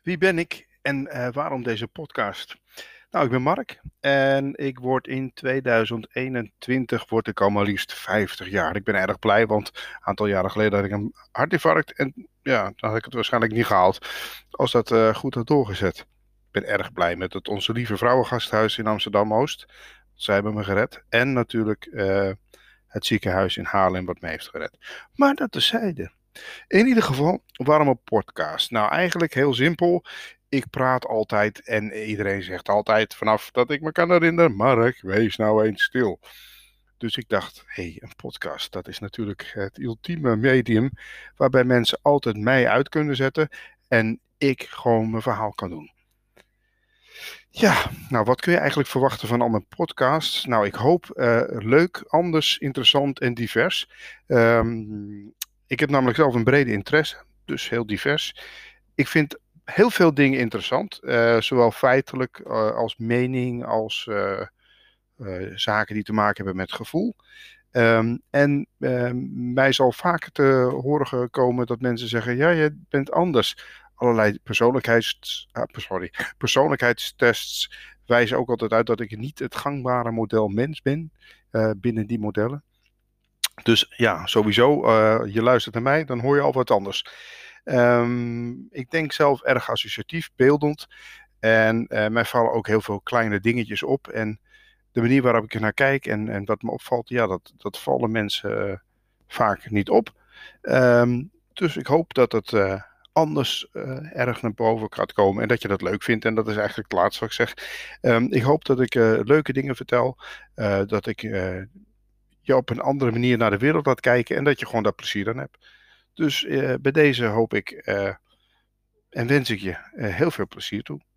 Wie ben ik en waarom deze podcast? Nou, ik ben Mark en ik word in 2021 al maar liefst 50 jaar. Ik ben erg blij, want een aantal jaren geleden had ik een hartinfarct en ja, dan had ik het waarschijnlijk niet gehaald als dat goed had doorgezet. Ik ben erg blij met het Onze Lieve Vrouwengasthuis in Amsterdam-Oost. Zij hebben me gered. En natuurlijk het ziekenhuis in Haarlem wat me heeft gered. Maar dat terzijde. In ieder geval, waarom een podcast? Nou, eigenlijk heel simpel. Ik praat altijd en iedereen zegt altijd vanaf dat ik me kan herinneren, Mark, wees nou eens stil. Dus ik dacht, hé, een podcast, dat is natuurlijk het ultieme medium waarbij mensen altijd mij uit kunnen zetten en ik gewoon mijn verhaal kan doen. Ja, nou wat kun je eigenlijk verwachten van al mijn podcasts? Nou, ik hoop leuk, anders, interessant en divers. Ik heb namelijk zelf een brede interesse, dus heel divers. Ik vind heel veel dingen interessant, zowel feitelijk als mening, als zaken die te maken hebben met gevoel. Mij zal vaker te horen gekomen dat mensen zeggen, ja, je bent anders. Allerlei persoonlijkheidstests wijzen ook altijd uit dat ik niet het gangbare model mens ben binnen die modellen. Dus ja, sowieso, je luistert naar mij, dan hoor je al wat anders. Ik denk zelf erg associatief, beeldend. En mij vallen ook heel veel kleine dingetjes op. En de manier waarop ik er naar kijk en wat me opvalt, ja, dat vallen mensen vaak niet op. Dus ik hoop dat het anders erg naar boven gaat komen en dat je dat leuk vindt. En dat is eigenlijk het laatste wat ik zeg. Ik hoop dat ik leuke dingen vertel, dat ik je op een andere manier naar de wereld laat kijken en dat je gewoon daar plezier aan hebt. Dus bij deze hoop ik en wens ik je heel veel plezier toe.